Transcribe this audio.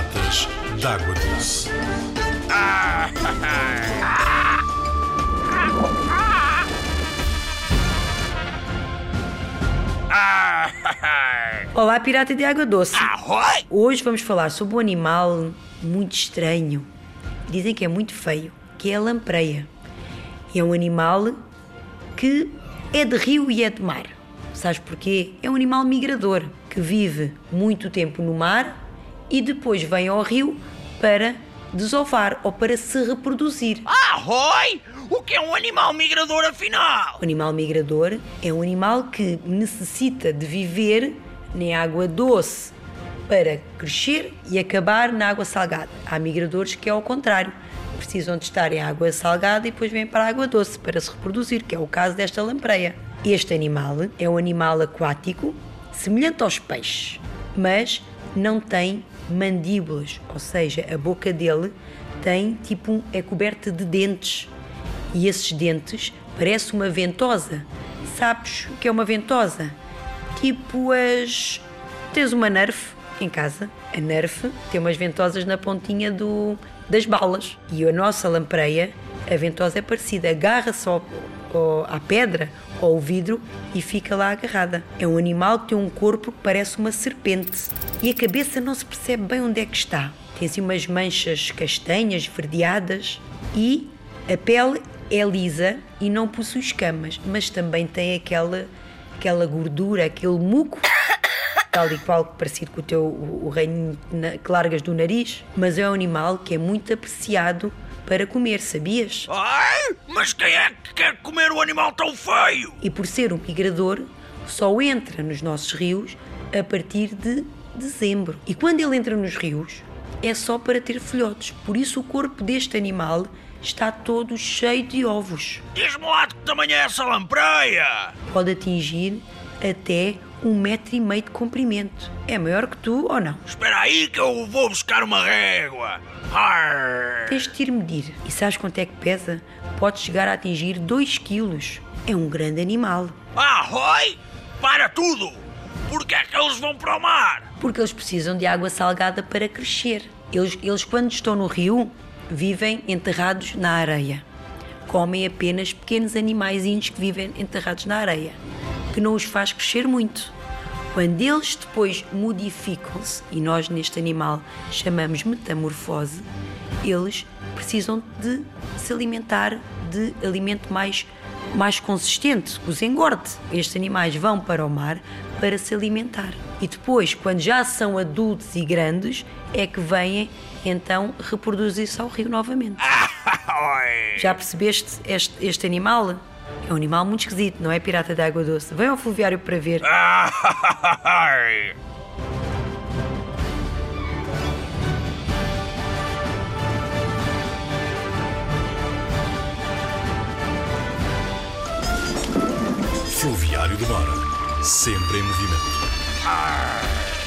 Piratas d'Água Doce. Olá, pirata de água doce. Ahoy! Hoje vamos falar sobre um animal muito estranho. Dizem que é muito feio, que é a lampreia. É um animal que é de rio e é de mar. Sabes porquê? É um animal migrador que vive muito tempo no mar e depois vem ao rio para desovar ou para se reproduzir. Ahoy! O que é um animal migrador, afinal? O animal migrador é um animal que necessita de viver na água doce para crescer e acabar na água salgada. Há migradores que é ao contrário, precisam de estar em água salgada e depois vêm para a água doce para se reproduzir, que é o caso desta lampreia. Este animal é um animal aquático, semelhante aos peixes, mas não tem mandíbulas, ou seja, a boca dele tem é coberta de dentes. E esses dentes parecem uma ventosa. Sabes o que é uma ventosa? Tens uma Nerf em casa. A Nerf tem umas ventosas na pontinha das balas. E a nossa lampreia, a ventosa é parecida. Agarra-se à pedra ou ao vidro e fica lá agarrada. É um animal que tem um corpo que parece uma serpente. E a cabeça não se percebe bem onde é que está. Tem assim umas manchas castanhas, verdeadas. E a pele é lisa e não possui escamas, mas também tem aquela gordura, aquele muco, tal e qual parecido com o reininho que largas do nariz, mas é um animal que é muito apreciado para comer, sabias? Ai, mas quem é que quer comer um animal tão feio? E por ser um migrador, só entra nos nossos rios a partir de dezembro. E quando ele entra nos rios, é só para ter filhotes. Por isso o corpo deste animal está todo cheio de ovos. Diz-me lá de que tamanho é essa lampreia? Pode atingir até 1,5 metro de comprimento. É maior que tu ou não? Espera aí que eu vou buscar uma régua. Arr. Tens de ir medir. E sabes quanto é que pesa? Pode chegar a atingir 2 quilos. É um grande animal. Ahoy! Para tudo! Porquê é que eles vão para o mar? Porque eles precisam de água salgada para crescer. Eles quando estão no rio, vivem enterrados na areia. Comem apenas pequenos animaizinhos que vivem enterrados na areia, que não os faz crescer muito. Quando eles depois modificam-se, e nós neste animal chamamos metamorfose, eles precisam de se alimentar de alimento mais consistente, que os engorde. Estes animais vão para o mar para se alimentar. E depois, quando já são adultos e grandes, é que vêm então reproduzir-se ao rio novamente. Já percebeste este animal? É um animal muito esquisito, não é, pirata de água doce? Vem ao fluviário para ver. Fluviário do Mar, sempre em movimento.